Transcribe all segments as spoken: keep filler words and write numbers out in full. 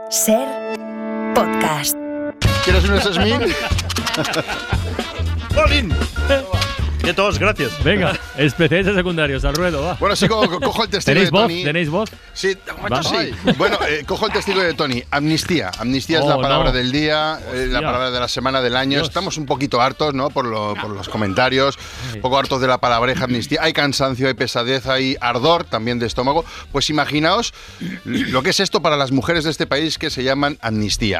Ser podcast. ¿Quieres un Sesmin? ¡Polín! De todos, gracias. Venga, especialistas secundarios, al ruedo, va. Bueno, sí, co cojo el testigo ¿Tenéis de voz? Tony. ¿Tenéis voz? Sí, bueno, sí. Bueno, eh, cojo el testigo de Tony. Amnistía. Amnistía oh, es la palabra no. del día, eh, la palabra de la semana, del año. Dios. Estamos un poquito hartos, ¿no? Por, lo, por los comentarios, un poco hartos de la palabreja amnistía. Hay cansancio, hay pesadez, hay ardor también de estómago. Pues imaginaos lo que es esto para las mujeres de este país que se llaman amnistía.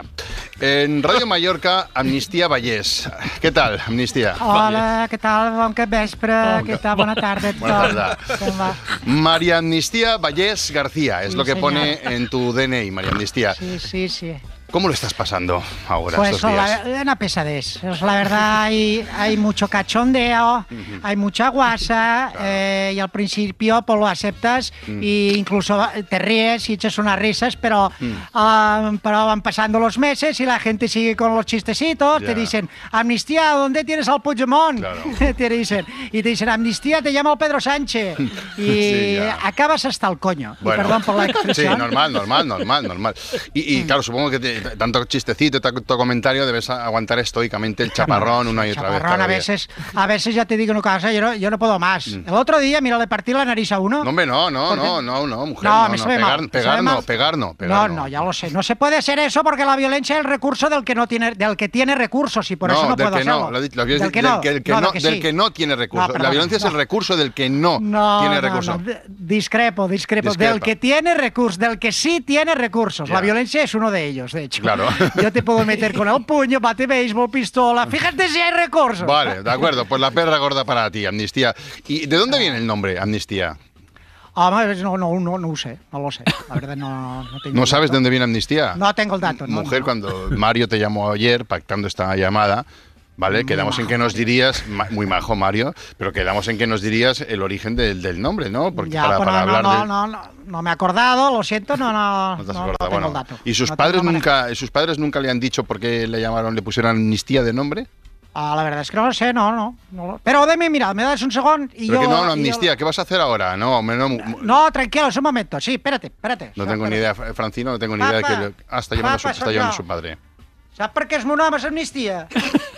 En Radio Mallorca, Amnistía Vallès. ¿Qué tal, Amnistía? Hola, ¿qué tal? Bon que vespre, ¿qué tal? Buenas tardes. Buenas tardes. María Amnistía Vallès García, es sí, lo que señor. Pone en tu D N I, María Amnistía. Sí, sí, sí. ¿Cómo lo estás pasando ahora pues estos días? La, una pesadez. Pues la verdad hay, hay mucho cachondeo, uh-huh. hay mucha guasa, claro. eh, y al principio pues lo aceptas uh-huh. e incluso te ríes y echas unas risas, pero, uh-huh. uh, pero van pasando los meses y la gente sigue con los chistecitos, yeah. te dicen, Amnistía, ¿dónde tienes al Puigdemont? Claro. te dicen, y te dicen, Amnistía, te llama el Pedro Sánchez. Y sí, acabas hasta el coño. Bueno. Y perdón por la expresión. Sí, normal, normal, normal, normal. Y, y claro, supongo que te, tanto chistecito, tanto comentario, debes aguantar estoicamente el chaparrón una y otra vez. Chaparrón a veces, a veces ya te digo una cosa, yo no, yo no puedo más. Mm. El otro día, mira, le partí la nariz a uno. No, hombre, no, no, porque... no, no, no, mujer. No, no, me no, sabe pegar, mal. pegar, no, no, pegar no, pegar no. no. No, ya lo sé. No se puede hacer eso porque la violencia es el recurso del que no tiene, del que tiene recursos y por no, eso no del puedo que hacerlo. No, lo, lo del, del que no, del que, no, no, que del sí. que no tiene recursos. No, perdón, la violencia no. es el recurso del que no, no tiene no, recursos. No, discrepo, discrepo. Discrepa. Del que tiene recursos, del que sí tiene recursos. Ya. La violencia es uno de ellos, de hecho. Claro. Yo te puedo meter con el puño, bate béisbol, pistola. Fíjate si hay recursos. Vale, de acuerdo. Pues la perra gorda para ti, Amnistía. ¿Y de dónde viene el nombre, Amnistía? Ah, no, no, no, no lo sé, no lo sé. La verdad no, no tengo. ¿No sabes de dónde viene Amnistía? No tengo el dato. No, Mujer, no. Cuando Mario te llamó ayer pactando esta llamada, ¿vale? Muy quedamos majo, en que nos dirías, muy majo Mario, pero quedamos en que nos dirías el origen del, del nombre, ¿no? Porque ya, para, bueno, para hablar no, de... no, no, no me he acordado, lo siento, no, no, no, te has no, no tengo bueno, el dato. ¿Y sus no padres tengo nunca, sus padres nunca le han dicho por qué le llamaron, le pusieron Amnistía de nombre? Ah, la verdad es que no lo sé, no, no. no. Pero deme, mira, me das un segundo y Pero yo... que no, no, Amnistía, yo... ¿qué vas a hacer ahora? No, me, no, no, tranquilo, es un momento, sí, espérate, espérate. No tengo espérate. ni idea, Francino, no tengo ni Papa, idea de que... Le... Ah, está llamando, Papa, su, está llamando su padre. Saps per què el meu nom és Amnistia?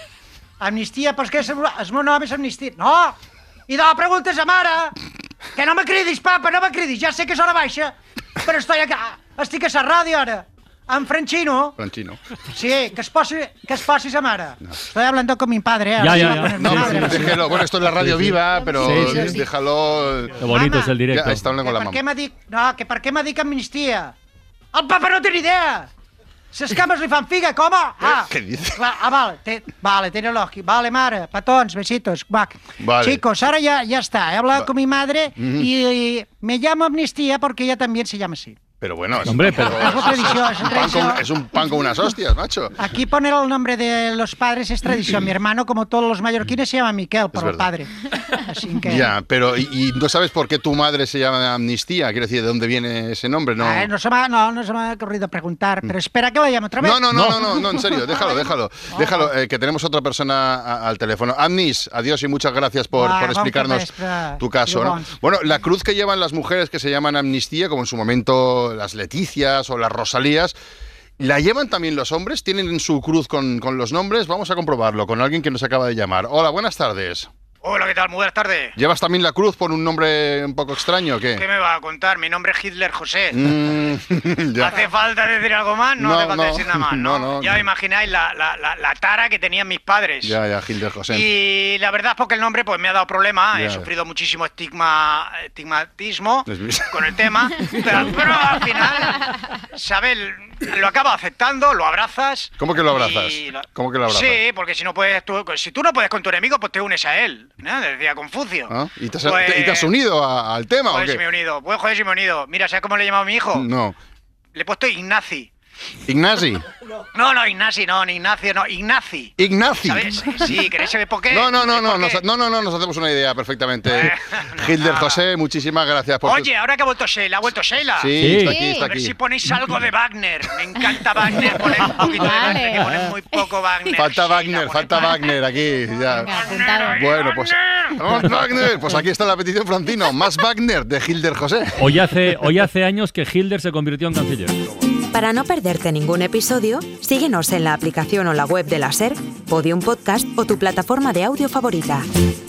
Amnistia, però és que el meu nom és Amnistia. No! I de la pregunta és a mare! Que no me cridis, papa, no me cridis. Ja sé que és hora baixa, però estic a, estic a la ràdio ara. Amb Franchino. Franchino. Sí, que es posi, que es posi sa mare. No. Estoy hablando con mi padre. ¿eh? Ya, ya, ya. No, madre, déjelo. Bueno, esto es la radio sí, sí. viva, pero sí, sí, sí. déjalo... Lo bonito Mama, es el directo. Ya, está hablando con la mamá. Dic, no, que per què m'ha dit amnistia? El papa no té ni idea. Les cames li fan figa, com? Ah, ¿qué dice? Clar, ah, vale, te, vale, tiene lógica. Vale, mare, petons, besitos. Va. Vale. Chicos, ahora ya, ya está. He hablado Va. con mi madre mm-hmm. y, y me llamo Amnistía porque ella también se llama así. Pero bueno, es, Hombre, un, pero... es, tradición, es, un pan con, es un pan con unas hostias, macho. Aquí poner el nombre de los padres es tradición. Mi hermano, como todos los mallorquines, se llama Miquel por es el padre. Así que... Ya, pero ¿y, ¿y no sabes por qué tu madre se llama Amnistía? Quiero decir, ¿de dónde viene ese nombre? No, Ay, no, se, me, no, no se me ha ocurrido preguntar, pero espera que la llame otra vez. No, no, no, no, no, no, no en serio, déjalo, déjalo. Déjalo, eh, que tenemos otra persona a, al teléfono. Amnis, adiós y muchas gracias por, ah, por explicarnos tu caso, ¿no? Bueno, la cruz que llevan las mujeres que se llaman Amnistía, como en su momento las Leticias o las Rosalías, ¿la llevan también los hombres? ¿Tienen su cruz con, con los nombres? Vamos a comprobarlo con alguien que nos acaba de llamar. Hola, buenas tardes. Hola, ¿qué tal? Muy buenas tardes. ¿Llevas también la cruz por un nombre un poco extraño o qué? ¿Qué me va a contar? Mi nombre es Hitler José. Mm, ya. ¿Hace falta decir algo más? No, no hace falta no, decir nada más, ¿no? no, no ya no. os imagináis la, la, la, la tara que tenían mis padres. Ya, ya, Hitler José. Y la verdad es porque el nombre pues me ha dado problemas. Ya, He ya. sufrido muchísimo estigma, estigmatismo con el tema. Pero, pero al final, ¿sabes? Lo acabas aceptando, lo abrazas. ¿Cómo que lo abrazas? Lo... ¿Cómo que lo abrazas? Sí, porque si no puedes, tú, si tú no puedes con tu enemigo, pues te unes a él, ¿no? Decía Confucio. ¿Ah? ¿Y, te has, pues, te, ¿Y te has unido a, al tema joder, o qué? si me he unido. Pues joder, si me he unido. Mira, ¿sabes cómo le he llamado a mi hijo? No. Le he puesto Ignaci. ¿Ignaci? No, no, Ignaci, no, ni Ignacio, no, Ignaci. ¿Ignaci? ¿Sabes? Sí, ¿queréis saber por qué? No, no, no, no, nos, no, no, no, nos hacemos una idea perfectamente. Eh, no, Hitler nada. José, muchísimas gracias por... Oye, ahora que ha vuelto Sheila, ¿ha vuelto Sheila? Sí, Sí. está aquí, está A ver aquí. si ponéis algo de Wagner. Me encanta Wagner, poner un poquito de Wagner, que ponen muy poco Wagner. Falta Sheila, Wagner, poner- falta Wagner aquí, ya. Venga, apuntado. Bueno, pues... ¡Vamos, Wagner! Pues aquí está la petición, Francino. Más Wagner de Hitler José. Hoy hace, hoy hace años que Hitler se convirtió en canciller. Para no perderte ningún episodio, síguenos en la aplicación o la web de la SER, Podium Podcast o tu plataforma de audio favorita.